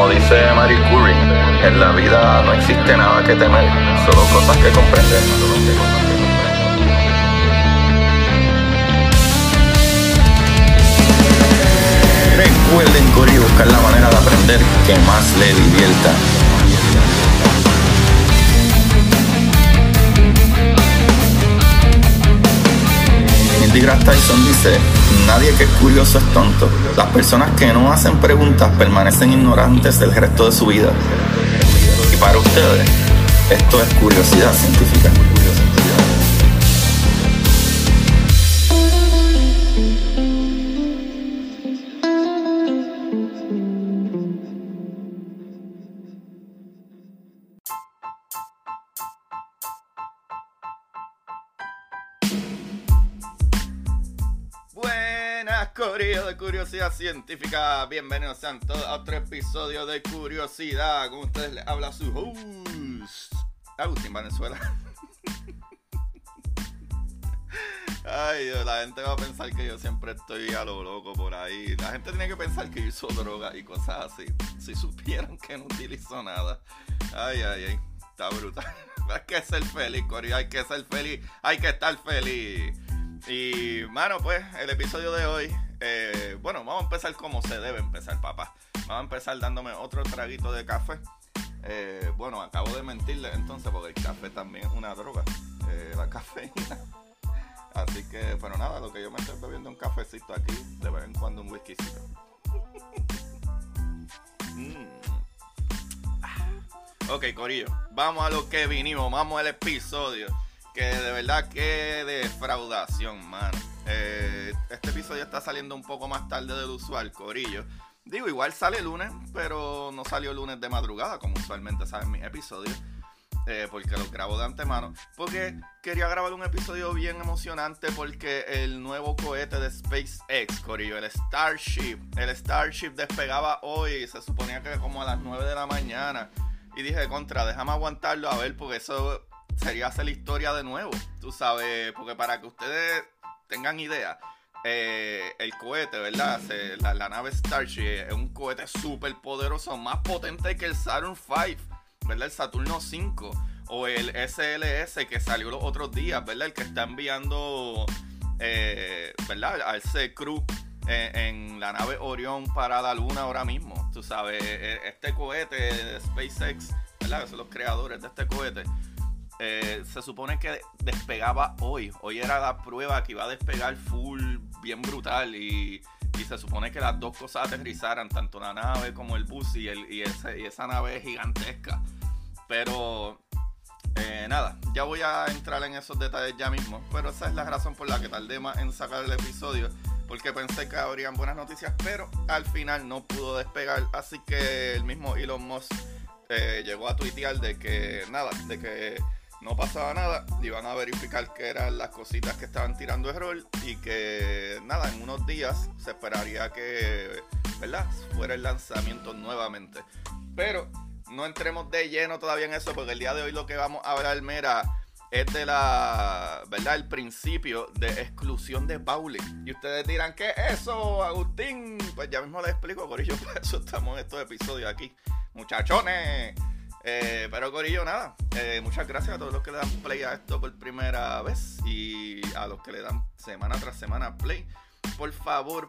Como dice Marie Curie, en la vida no existe nada que temer, solo cosas que comprender. Recuerden, corillo, buscar la manera de aprender que más le divierta. Neil deGrasse Tyson dice: nadie que es curioso es tonto. Las personas que no hacen preguntas permanecen ignorantes del resto de su vida. Y para ustedes, esto es curiosidad científica. Corillo de Curiosidad Científica, bienvenidos sean todos a otro episodio de Curiosidad. Con ustedes les habla su host Agustín Valenzuela. Ay Dios, la gente va a pensar que yo siempre estoy a lo loco por ahí. La gente tiene que pensar que yo uso droga y cosas así. Si supieran que no utilizo nada. Ay, está brutal. Hay que ser feliz, Corillo, hay que ser feliz, hay que estar feliz. Y, mano, pues, el episodio de hoy, bueno, vamos a empezar como se debe empezar, papá. Vamos a empezar dándome otro traguito de café. Bueno, acabo de mentirle entonces, porque el café también es una droga, la cafeína. Así que, pero nada, lo que yo me estoy bebiendo un cafecito aquí, de vez en cuando un whiskycito. Ok, corillo, vamos a lo que vinimos, vamos al episodio. Que de verdad que defraudación, mano. Este episodio está saliendo un poco más tarde del usual, corillo. Digo, igual sale lunes, pero no salió lunes de madrugada, como usualmente salen mis episodios. Porque los grabo de antemano. Porque quería grabar un episodio bien emocionante, porque el nuevo cohete de SpaceX, corillo, el Starship despegaba hoy. Se suponía que como a las 9 de la mañana. Y dije, déjame aguantarlo a ver, porque eso sería hacer la historia de nuevo, tú sabes, porque para que ustedes tengan idea, el cohete, ¿verdad? La nave Starship es un cohete súper poderoso, más potente que el Saturn V, ¿verdad? El Saturno 5 o el SLS que salió los otros días, ¿verdad? El que está enviando, ¿verdad? A ese crew en la nave Orión para la luna ahora mismo, tú sabes, este cohete de SpaceX, ¿verdad? Son los creadores de este cohete. Se supone que despegaba hoy. Hoy era la prueba que iba a despegar full, bien brutal. Y se supone que las dos cosas aterrizaran, tanto la nave como el bus y esa nave gigantesca. Pero nada, ya voy a entrar en esos detalles ya mismo. Pero esa es la razón por la que tardé más en sacar el episodio, porque pensé que habrían buenas noticias, pero al final no pudo despegar. Así que el mismo Elon Musk llegó a tuitear de que no pasaba nada, iban a verificar que eran las cositas que estaban tirando error y que nada, en unos días se esperaría que, ¿verdad?, fuera el lanzamiento nuevamente. Pero no entremos de lleno todavía en eso, porque el día de hoy lo que vamos a hablar, mira, es de ¿verdad?, el principio de exclusión de Pauli. Y ustedes dirán, ¿qué es eso, Agustín? Pues ya mismo les explico, corillo, por eso estamos en estos episodios aquí, muchachones. Pero corillo, nada, muchas gracias a todos los que le dan play a esto por primera vez y a los que le dan semana tras semana play. Por favor,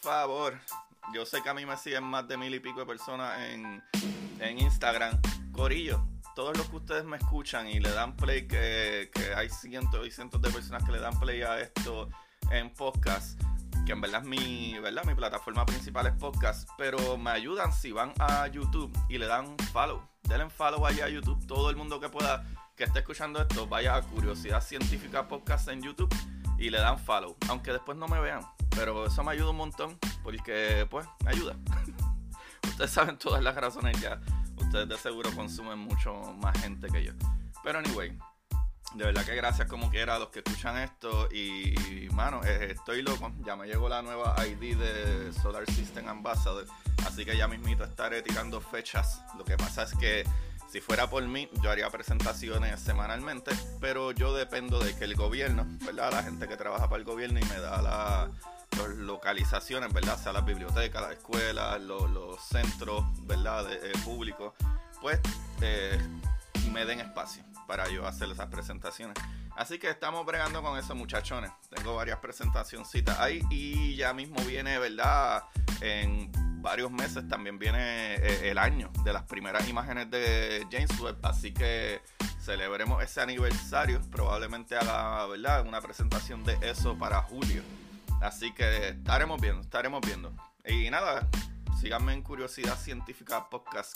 yo sé que a mí me siguen más de 1000 y pico de personas en Instagram. Corillo, todos los que ustedes me escuchan y le dan play, que hay cientos y cientos de personas que le dan play a esto en podcast, que en verdad mi plataforma principal es podcast, pero me ayudan si van a YouTube y le dan follow. Denle follow allá a YouTube. Todo el mundo que pueda, que esté escuchando esto, vaya a Curiosidad Científica Podcast en YouTube y le dan follow. Aunque después no me vean, pero eso me ayuda un montón, porque pues me ayuda. Ustedes saben todas las razones ya. Ustedes de seguro consumen mucho más gente que yo. Pero anyway, de verdad que gracias como quiera a los que escuchan esto. Y mano, estoy loco. Ya me llegó la nueva ID de Solar System Ambassador, así que ya mismito estaré tirando fechas. Lo que pasa es que si fuera por mí, yo haría presentaciones semanalmente, pero yo dependo de que el gobierno, ¿verdad?, la gente que trabaja para el gobierno y me da localizaciones, ¿verdad? Sea las bibliotecas, las escuelas, los centros, ¿verdad? Públicos, pues me den espacio para yo hacer esas presentaciones. Así que estamos bregando con eso, muchachones. Tengo varias presentacioncitas ahí y ya mismo viene, ¿verdad? En varios meses también viene el año de las primeras imágenes de James Webb. Así que celebremos ese aniversario. Probablemente haga, ¿verdad?, una presentación de eso para julio. Así que estaremos viendo. Y nada, síganme en Curiosidad Científica Podcast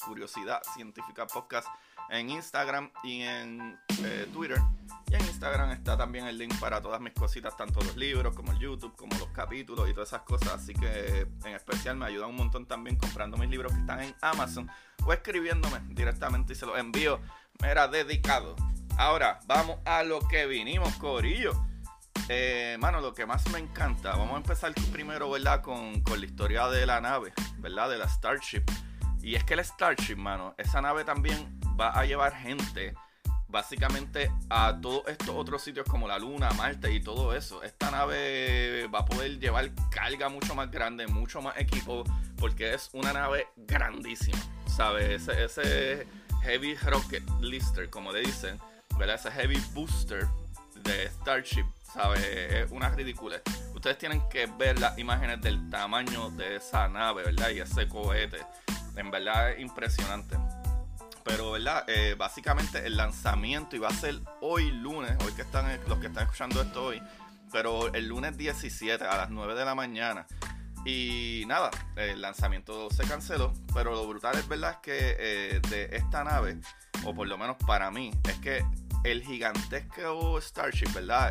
en Instagram y en Twitter. Y en Instagram está también el link para todas mis cositas, tanto los libros como el YouTube, como los capítulos y todas esas cosas. Así que en especial me ayuda un montón también comprando mis libros que están en Amazon o escribiéndome directamente y se los envío. Me era dedicado. Ahora, vamos a lo que vinimos, corillo. Mano, lo que más me encanta, vamos a empezar primero, ¿verdad? Con la historia de la nave, ¿verdad? De la Starship. Y es que la Starship, mano, esa nave también va a llevar gente básicamente a todos estos otros sitios como la Luna, Marte y todo eso. Esta nave va a poder llevar carga mucho más grande, mucho más equipo, porque es una nave grandísima, ¿sabes? Ese Heavy Rocket Lister, como le dicen, ¿verdad? Ese Heavy Booster de Starship, ¿sabes? Es una ridícula. Ustedes tienen que ver las imágenes del tamaño de esa nave, ¿verdad? Y ese cohete, en verdad es impresionante. Pero, ¿verdad? Básicamente el lanzamiento iba a ser hoy lunes, hoy que están los que están escuchando esto hoy, pero el lunes 17 a las 9 de la mañana. Y nada, el lanzamiento se canceló, pero lo brutal es, ¿verdad?, es que de esta nave, o por lo menos para mí, es que el gigantesco Starship, ¿verdad?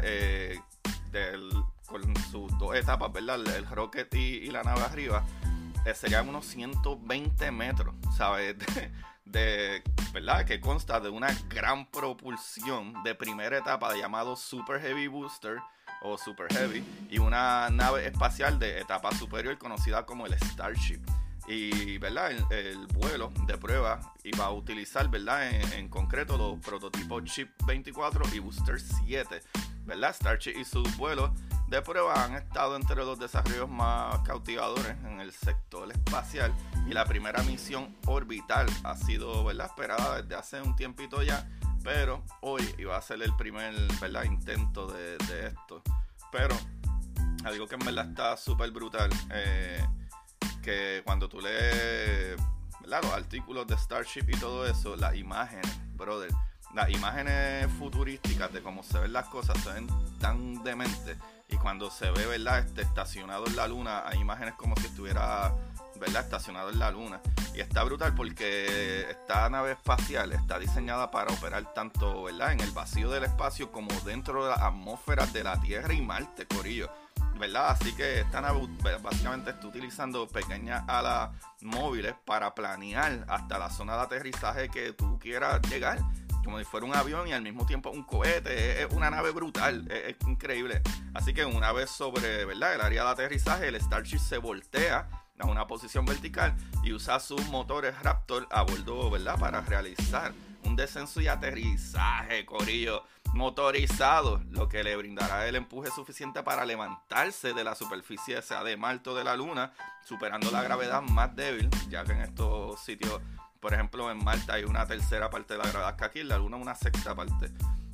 Con sus dos etapas, ¿verdad? El rocket y la nave arriba, serían unos 120 metros, ¿sabes? ¿Verdad? Que consta de una gran propulsión de primera etapa llamado Super Heavy Booster o Super Heavy y una nave espacial de etapa superior conocida como el Starship. Y, ¿verdad?, el vuelo de prueba iba a utilizar, ¿verdad?, en concreto los prototipos Chip 24 y Booster 7, ¿verdad? Starship y sus vuelos de prueba han estado entre los desarrollos más cautivadores en el sector espacial, y la primera misión orbital ha sido, ¿verdad?, esperada desde hace un tiempito ya, pero hoy iba a ser el primer, ¿verdad?, intento de esto. Pero algo que en verdad está súper brutal, que cuando tú lees, ¿verdad?, los artículos de Starship y todo eso, las imágenes, brother, las imágenes futurísticas de cómo se ven las cosas se ven tan dementes. Y cuando se ve, ¿verdad?, estacionado en la luna, hay imágenes como si estuviera, ¿verdad?, estacionado en la luna. Y está brutal porque esta nave espacial está diseñada para operar tanto, ¿verdad?, en el vacío del espacio como dentro de las atmósferas de la Tierra y Marte, corillo, ¿verdad? Así que esta nave básicamente está utilizando pequeñas alas móviles para planear hasta la zona de aterrizaje que tú quieras llegar, como si fuera un avión y al mismo tiempo un cohete. Es una nave brutal, es increíble. Así que una vez sobre, ¿verdad?, el área de aterrizaje, el Starship se voltea a una posición vertical y usa sus motores Raptor a bordo, ¿verdad?, para realizar un descenso y aterrizaje, corillo, motorizado, lo que le brindará el empuje suficiente para levantarse de la superficie, sea de Marte o de la Luna, superando la gravedad más débil, ya que en estos sitios, por ejemplo, en Marte hay una tercera parte de la gravedad que aquí, en la Luna una sexta parte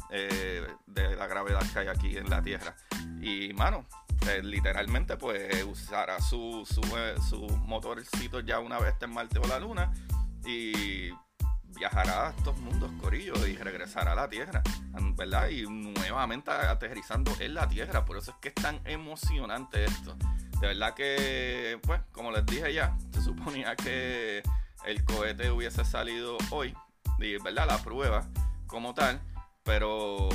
de la gravedad que hay aquí en la Tierra. Y, mano, literalmente, pues, usará su motorcito ya una vez esté en Marte o la Luna y viajará a estos mundos, corillo, y regresará a la Tierra, ¿verdad? Y nuevamente aterrizando en la Tierra. Por eso es que es tan emocionante esto. De verdad que, pues, como les dije ya, se suponía que el cohete hubiese salido hoy, y, ¿verdad?, la prueba como tal, pero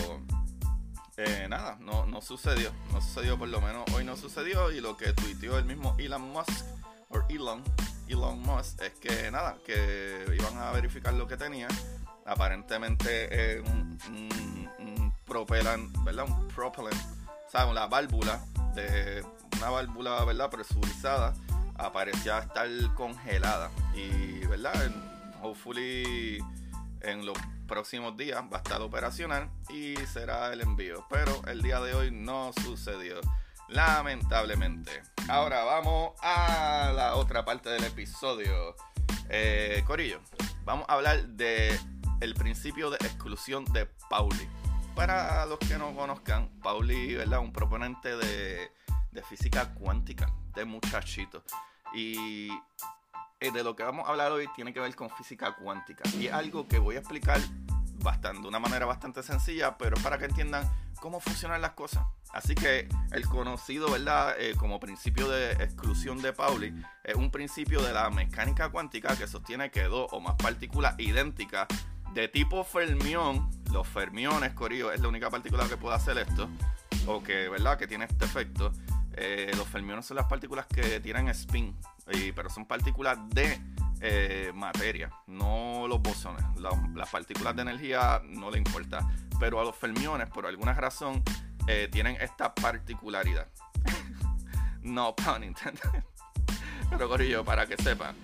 nada, no sucedió, por lo menos hoy no sucedió. Y lo que tuiteó el mismo Elon Musk es que nada, que iban a verificar lo que tenía. Aparentemente un propellant, ¿verdad?, un propellant, ¿sabes?, una válvula, ¿verdad?, presurizada, aparecía estar congelada. Y, ¿verdad?, hopefully en los próximos días va a estar operacional y será el envío, pero el día de hoy no sucedió. lamentablemente. Ahora vamos a la otra parte del episodio. Corillo, vamos a hablar de el principio de exclusión de Pauli. Para los que no conozcan, Pauli, ¿verdad? Un proponente de física cuántica, de muchachito. Y de lo que vamos a hablar hoy tiene que ver con física cuántica. Y es algo que voy a explicar de una manera bastante sencilla, pero para que entiendan cómo funcionan las cosas. Así que el conocido, ¿verdad? Como principio de exclusión de Pauli es un principio de la mecánica cuántica que sostiene que dos o más partículas idénticas de tipo fermión, los fermiones, corillo, es la única partícula que puede hacer esto, o que, ¿verdad? Que tiene este efecto. Los fermiones son las partículas que tienen spin, pero son partículas de materia, no los bosones. Las partículas de energía no le importa, pero a los fermiones, por alguna razón, tienen esta particularidad. No pun intended. Pero corillo, para que sepan,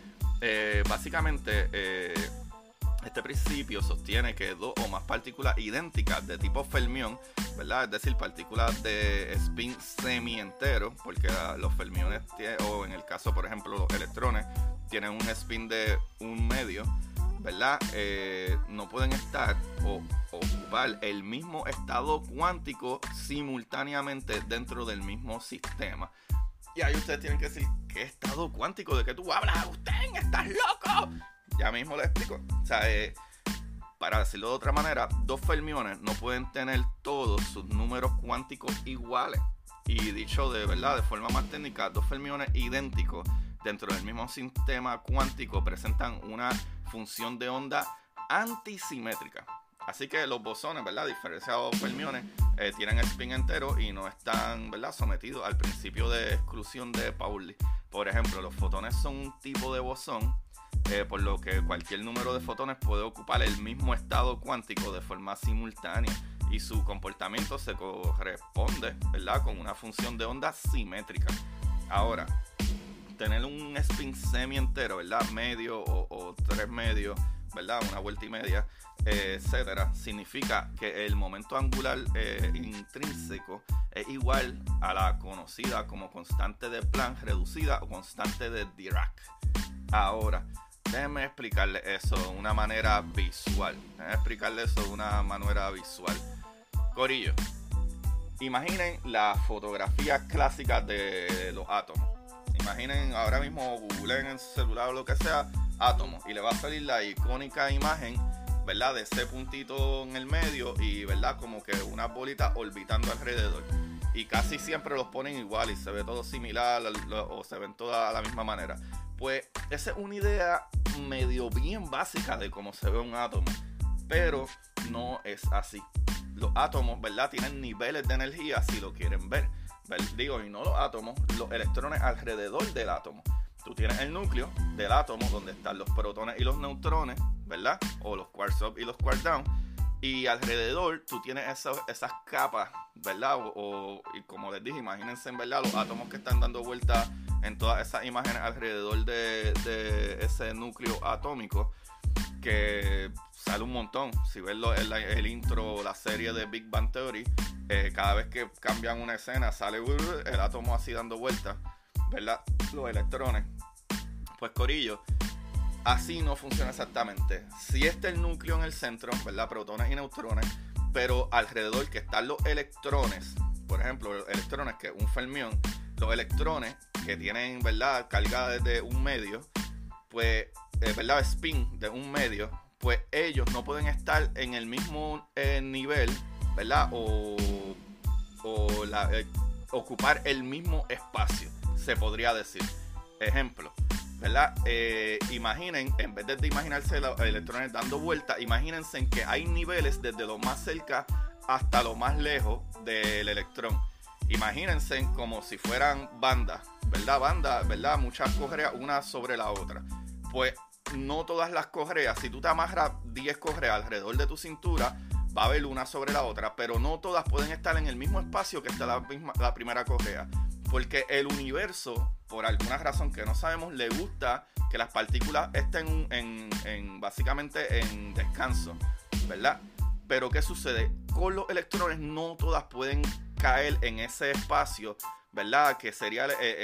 básicamente este principio sostiene que dos o más partículas idénticas de tipo fermión, ¿verdad? Es decir, partículas de spin semi-entero, porque los fermiones, o en el caso, por ejemplo, los electrones, tienen un spin de 1/2, ¿verdad? No pueden estar o ocupar el mismo estado cuántico simultáneamente dentro del mismo sistema. Y ahí ustedes tienen que decir, ¿qué estado cuántico? ¿De qué tú hablas, Agustín? ¿Estás loco? Ya mismo les explico. O sea, para decirlo de otra manera, dos fermiones no pueden tener todos sus números cuánticos iguales. Y dicho de verdad, de forma más técnica, dos fermiones idénticos dentro del mismo sistema cuántico presentan una función de onda antisimétrica. Así que los bosones, ¿verdad? Diferenciados fermiones, tienen spin entero y no están, ¿verdad? Sometidos al principio de exclusión de Pauli. Por ejemplo, los fotones son un tipo de bosón, por lo que cualquier número de fotones puede ocupar el mismo estado cuántico de forma simultánea y su comportamiento se corresponde, ¿verdad? Con una función de onda simétrica. Ahora, tener un spin semi entero, ¿verdad? Medio o 3 medios, ¿verdad? Una vuelta y media, etcétera, significa que el momento angular intrínseco es igual a la conocida como constante de Planck reducida o constante de Dirac. Ahora, déjenme explicarle eso de una manera visual. Corillo, imaginen la fotografía clásica de los átomos. Imaginen ahora mismo, googleen en su celular o lo que sea, átomos, y le va a salir la icónica imagen, ¿verdad? De ese puntito en el medio y, ¿verdad? Como que unas bolitas orbitando alrededor. Y casi siempre los ponen igual y se ve todo similar o se ven todas de la misma manera. Pues esa es una idea medio bien básica de cómo se ve un átomo, pero no es así. Los átomos, ¿verdad? Tienen niveles de energía si lo quieren ver. Digo, y no los átomos, los electrones alrededor del átomo. Tú tienes el núcleo del átomo donde están los protones y los neutrones, ¿verdad? O los quarks up y los quarks down. Y alrededor tú tienes esas capas, ¿verdad? Y como les dije, imagínense, ¿verdad? Los átomos que están dando vueltas en todas esas imágenes alrededor de ese núcleo atómico, que sale un montón. Si ves el intro, la serie de Big Bang Theory, cada vez que cambian una escena sale el átomo así dando vueltas, ¿verdad? Los electrones. Pues corillo, así no funciona exactamente. Si está el núcleo en el centro, ¿verdad? Protones y neutrones, pero alrededor que están los electrones. Por ejemplo, los electrones, que es un fermión, los electrones que tienen, ¿verdad? Carga desde 1/2, pues, ¿verdad? Spin de 1/2, pues ellos no pueden estar en el mismo nivel, ¿verdad? O ocupar el mismo espacio, se podría decir. Ejemplo, ¿verdad? Imaginen, en vez de imaginarse los electrones dando vueltas, imagínense en que hay niveles desde lo más cerca hasta lo más lejos del electrón. Imagínense como si fueran bandas, ¿verdad? Muchas correas una sobre la otra. Pues no todas las correas, si tú te amarras 10 correas alrededor de tu cintura, va a haber una sobre la otra, pero no todas pueden estar en el mismo espacio que está la primera correa. Porque el universo, por alguna razón que no sabemos, le gusta que las partículas estén básicamente en descanso, ¿verdad? Pero ¿qué sucede? Con los electrones no todas pueden caer en ese espacio, ¿verdad? Que sería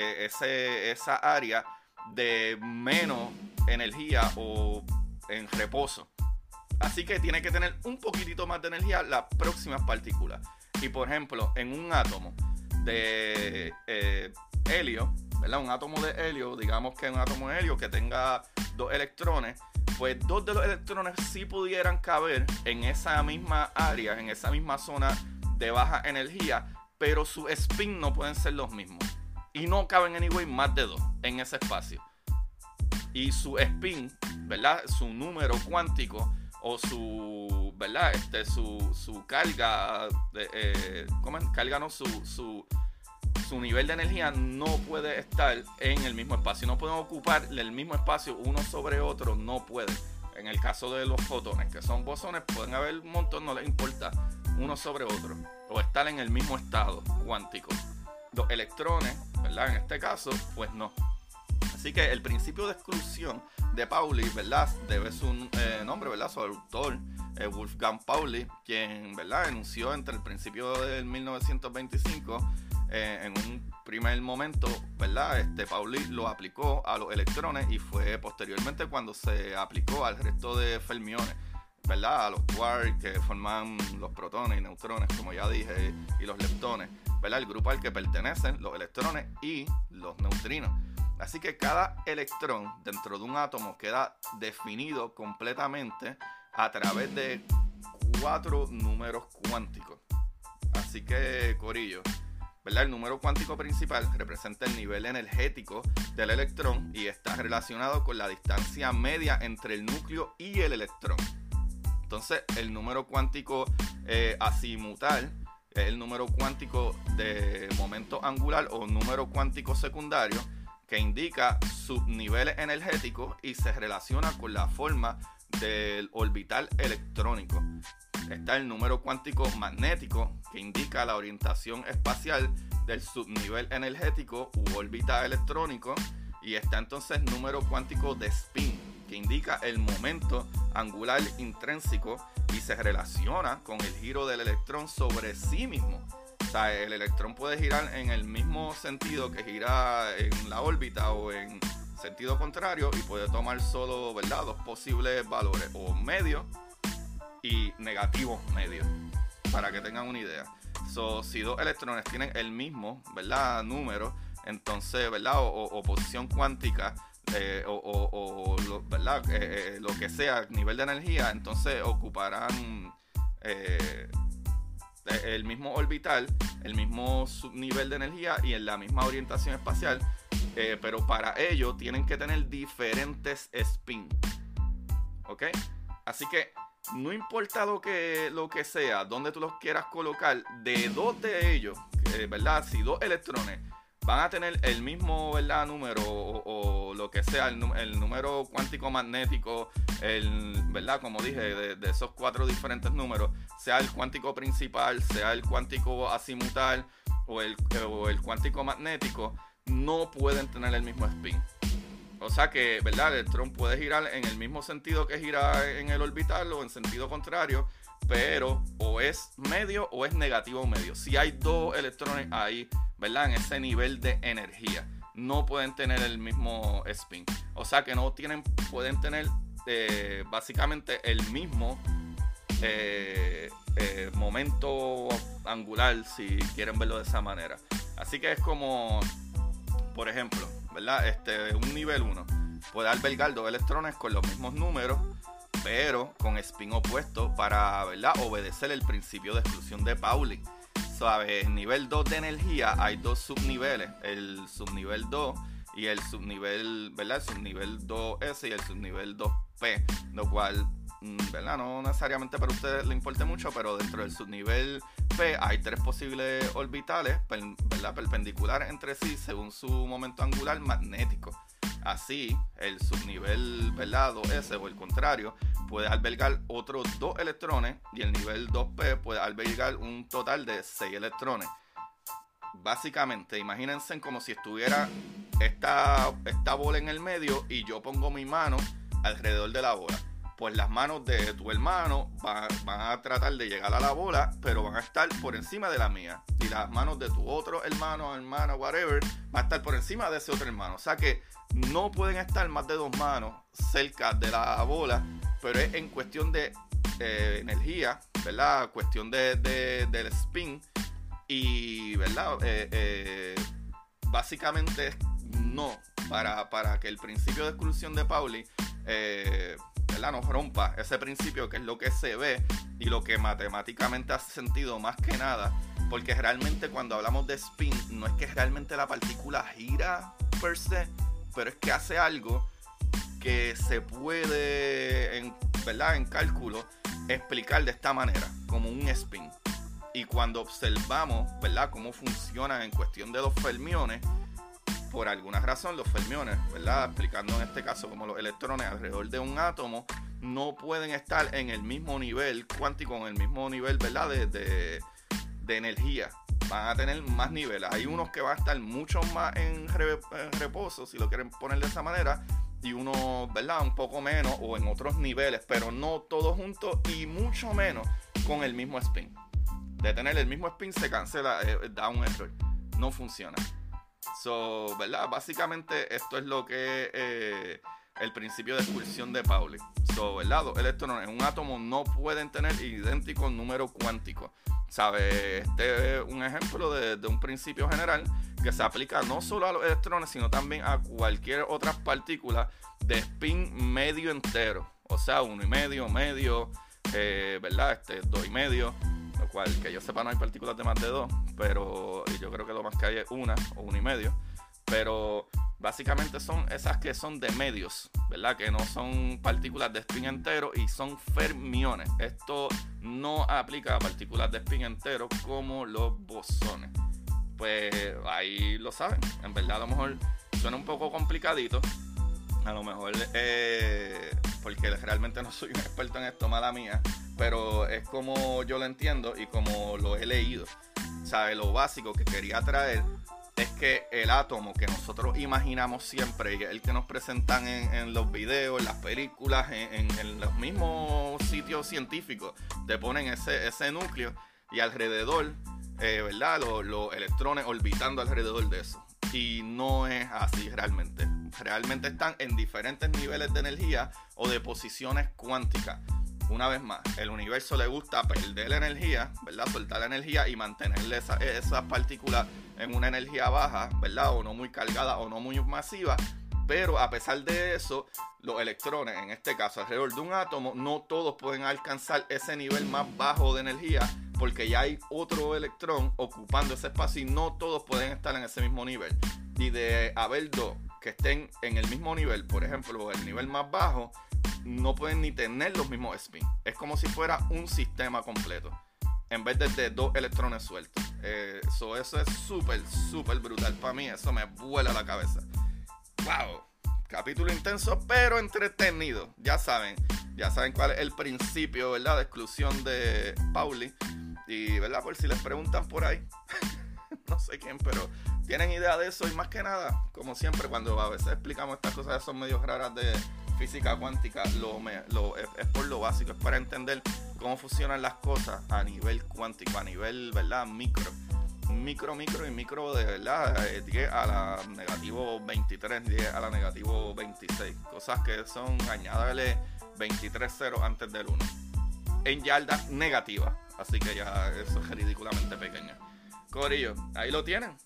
esa área de menos energía o en reposo. Así que tiene que tener un poquitito más de energía las próximas partículas. Y por ejemplo, en un átomo de helio, ¿verdad? Un átomo de helio, digamos que un átomo de helio que tenga 2 electrones, pues 2 de los electrones sí pudieran caber en esa misma área, en esa misma zona de baja energía, pero su spin no pueden ser los mismos. Y no caben anyway más de 2 en ese espacio. Y su spin, ¿verdad? Su número cuántico o su, ¿verdad? Su carga, carga no, su nivel de energía no puede estar en el mismo espacio. No pueden ocupar el mismo espacio uno sobre otro, no pueden. En el caso de los fotones, que son bosones, pueden haber un montón, no les importa uno sobre otro. O estar en el mismo estado cuántico. Los electrones, ¿verdad? En este caso, pues no. Así que el principio de exclusión de Pauli, ¿verdad? Debe su nombre, ¿verdad? Su autor, Wolfgang Pauli, quien, ¿verdad? Enunció entre el principio del 1925, en un primer momento, ¿verdad? Pauli lo aplicó a los electrones y fue posteriormente cuando se aplicó al resto de fermiones, ¿verdad? A los quarks que forman los protones y neutrones, como ya dije, y los leptones, ¿verdad? El grupo al que pertenecen los electrones y los neutrinos. Así que cada electrón dentro de un átomo queda definido completamente a través de 4 números cuánticos. Así que, corillo, ¿verdad? El número cuántico principal representa el nivel energético del electrón y está relacionado con la distancia media entre el núcleo y el electrón. Entonces, el número cuántico azimutal es el número cuántico de momento angular o número cuántico secundario, que indica subniveles energéticos y se relaciona con la forma del orbital electrónico. Está el número cuántico magnético, que indica la orientación espacial del subnivel energético u órbita electrónico. Y está entonces el número cuántico de spin, que indica el momento angular intrínseco y se relaciona con el giro del electrón sobre sí mismo. O sea, el electrón puede girar en el mismo sentido que gira en la órbita o en sentido contrario y puede tomar solo, ¿verdad? 2 posibles valores, o medio y negativo medio, para que tengan una idea. Si 2 electrones tienen el mismo, ¿verdad? Número, entonces, ¿verdad? O posición cuántica, ¿verdad? Lo que sea, nivel de energía, entonces ocuparán el mismo orbital, el mismo nivel de energía y en la misma orientación espacial, pero para ello tienen que tener diferentes spin, ¿ok? Así que no importa lo que sea, donde tú los quieras colocar, de 2 de ellos, ¿verdad? Si 2 electrones van a tener el mismo, ¿verdad? Número o lo que sea, el número cuántico magnético, ¿verdad? Como dije, de esos 4 diferentes números, sea el cuántico principal, sea el cuántico azimutal o el cuántico magnético, no pueden tener el mismo spin. O sea que, ¿verdad? El electrón puede girar en el mismo sentido que gira en el orbital o en sentido contrario, pero o es medio o es negativo medio. Si hay 2 electrones ahí, ¿verdad? En ese nivel de energía, no pueden tener el mismo spin. O sea que pueden tener básicamente el mismo momento angular, si quieren verlo de esa manera. Así que es como, por ejemplo, ¿verdad? Un nivel 1 puede albergar 2 electrones con los mismos números, pero con spin opuesto para, ¿verdad? Obedecer el principio de exclusión de Pauli. ¿Sabes? En nivel 2 de energía hay 2 subniveles, el subnivel 2 y el subnivel, ¿verdad? El subnivel 2S y el subnivel 2P, lo cual, ¿verdad? No necesariamente para ustedes le importe mucho, pero dentro del subnivel P hay 3 posibles orbitales, ¿verdad? Perpendiculares entre sí según su momento angular magnético. Así, el subnivel, ¿verdad? 2S o el contrario puede albergar otros 2 electrones y el nivel 2P puede albergar un total de 6 electrones. Básicamente, imagínense como si estuviera esta bola en el medio y yo pongo mi mano alrededor de la bola. pues las manos de tu hermano van a tratar de llegar a la bola, pero van a estar por encima de la mía. Y las manos de tu otro hermano, hermana, whatever, van a estar por encima de ese otro hermano. O sea que no pueden estar más de 2 manos cerca de la bola, pero es en cuestión de energía, ¿verdad? Cuestión del spin. Y, ¿verdad? Básicamente no, para que el principio de exclusión de Pauli ¿verdad? Nos rompa ese principio, que es lo que se ve y lo que matemáticamente hace sentido más que nada, porque realmente cuando hablamos de spin no es que realmente la partícula gira per se, pero es que hace algo que se puede ¿verdad? En cálculo explicar de esta manera, como un spin. Y cuando observamos, ¿verdad? Cómo funcionan en cuestión de los fermiones, por alguna razón los fermiones, ¿verdad? Explicando en este caso como los electrones alrededor de un átomo, no pueden estar en el mismo nivel cuántico, en el mismo nivel, ¿verdad? De energía. Van a tener más niveles. Hay unos que van a estar mucho más en reposo, si lo quieren poner de esa manera, y unos, ¿verdad? Un poco menos, o en otros niveles, pero no todos juntos, y mucho menos con el mismo spin. De tener el mismo spin se cancela, da un error. No funciona. So, ¿verdad? Básicamente esto es lo que el principio de expulsión de Pauli. So, ¿verdad? Los electrones en un átomo no pueden tener idénticos números cuánticos. ¿Sabe? Este es un ejemplo de un principio general que se aplica no solo a los electrones, sino también a cualquier otra partícula de spin medio entero. O sea, 1,5, medio, ¿verdad? 2,5. Lo cual, que yo sepa, no hay partículas de más de 2, pero yo creo que lo más que hay es 1 o 1,5. Pero básicamente son esas que son de medios, ¿verdad? Que no son partículas de spin entero y son fermiones. Esto no aplica a partículas de spin entero como los bosones. Pues ahí lo saben. En verdad a lo mejor suena un poco complicadito. A lo mejor porque realmente no soy un experto en esto, mala mía, pero es como yo lo entiendo y como lo he leído. ¿Sabe? Lo básico que quería traer es que el átomo que nosotros imaginamos siempre, y el que nos presentan en los videos, en las películas, en los mismos sitios científicos, te ponen ese núcleo y alrededor, ¿verdad? Los electrones orbitando alrededor de eso. Y no es así realmente. Realmente están en diferentes niveles de energía o de posiciones cuánticas. Una vez más, el universo le gusta perder la energía, ¿verdad? Soltar la energía y mantenerle esas partículas en una energía baja, ¿verdad? O no muy cargada o no muy masiva. Pero a pesar de eso, los electrones, en este caso alrededor de un átomo, no todos pueden alcanzar ese nivel más bajo de energía, porque ya hay otro electrón ocupando ese espacio y no todos pueden estar en ese mismo nivel. Y de haber dos que estén en el mismo nivel, por ejemplo, el nivel más bajo, no pueden ni tener los mismos spin. Es como si fuera un sistema completo, en vez de 2 electrones sueltos. Eso es súper, súper brutal. Para mí eso me vuela la cabeza. ¡Wow! Capítulo intenso, pero entretenido. Ya saben cuál es el principio, ¿verdad? De exclusión de Pauli. Y, ¿verdad? Por si les preguntan por ahí, no sé quién, pero tienen idea de eso. Y más que nada, como siempre, cuando a veces explicamos estas cosas que son medio raras de física cuántica, es por lo básico, es para entender cómo funcionan las cosas a nivel cuántico, a nivel, ¿verdad? Micro y micro de verdad, 10 a la negativo 23, 10 a la negativo 26, cosas que son, añádale 23 ceros antes del 1 en yardas negativas, así que ya eso es ridículamente pequeño. Corillo, ahí lo tienen.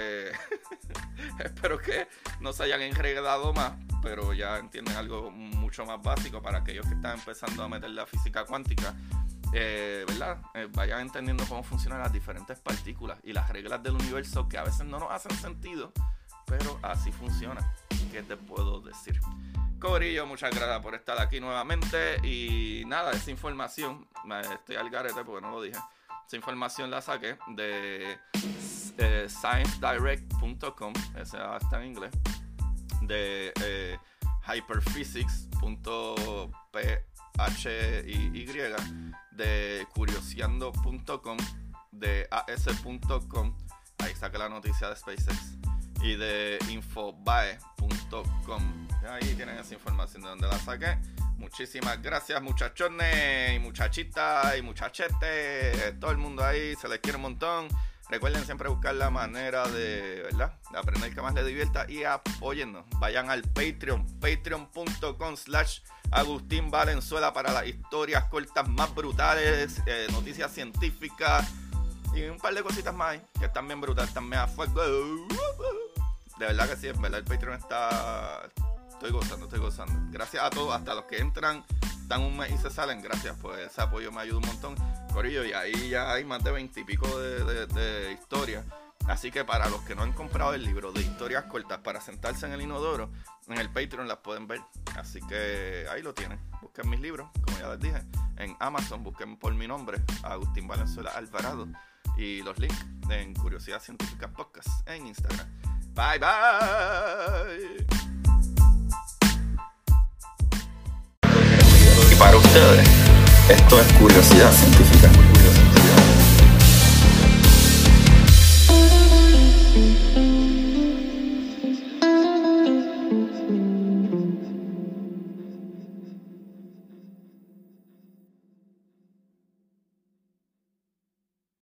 Espero que no se hayan enredado más, pero ya entienden algo mucho más básico para aquellos que están empezando a meter la física cuántica. ¿Verdad? Vayan entendiendo cómo funcionan las diferentes partículas y las reglas del universo, que a veces no nos hacen sentido, pero así funciona. ¿Qué te puedo decir? Corillo, muchas gracias por estar aquí nuevamente. Y nada, esa información, estoy al garete porque no lo dije. Esa información la saqué de sciencedirect.com, esa está en inglés, de hyperphysics.phy, de curioseando.com, de as.com, ahí saqué la noticia de SpaceX, y de infobae.com. Ahí tienen esa información de donde la saqué. Muchísimas gracias, muchachones y muchachitas y muchachetes. Todo el mundo ahí, se les quiere un montón. Recuerden siempre buscar la manera de, ¿verdad?, de aprender que más les divierta y apóyennos. Vayan al Patreon, patreon.com/Agustín Valenzuela para las historias cortas más brutales, noticias científicas y un par de cositas más ahí, que están bien brutales, están a fuego. De verdad que sí, en verdad el Patreon está... Estoy gozando. Gracias a todos, hasta los que entran, dan un mes y se salen. Gracias, pues ese apoyo me ayuda un montón, corillo. Y ahí ya hay más de 20 y pico de historias. Así que para los que no han comprado el libro de historias cortas para sentarse en el inodoro, en el Patreon las pueden ver. Así que ahí lo tienen. Busquen mis libros, como ya les dije, en Amazon. Busquen por mi nombre, Agustín Valenzuela Alvarado. Y los links en Curiosidad Científica Podcast en Instagram. Bye, bye. Y para ustedes, esto es Curiosidad Científica.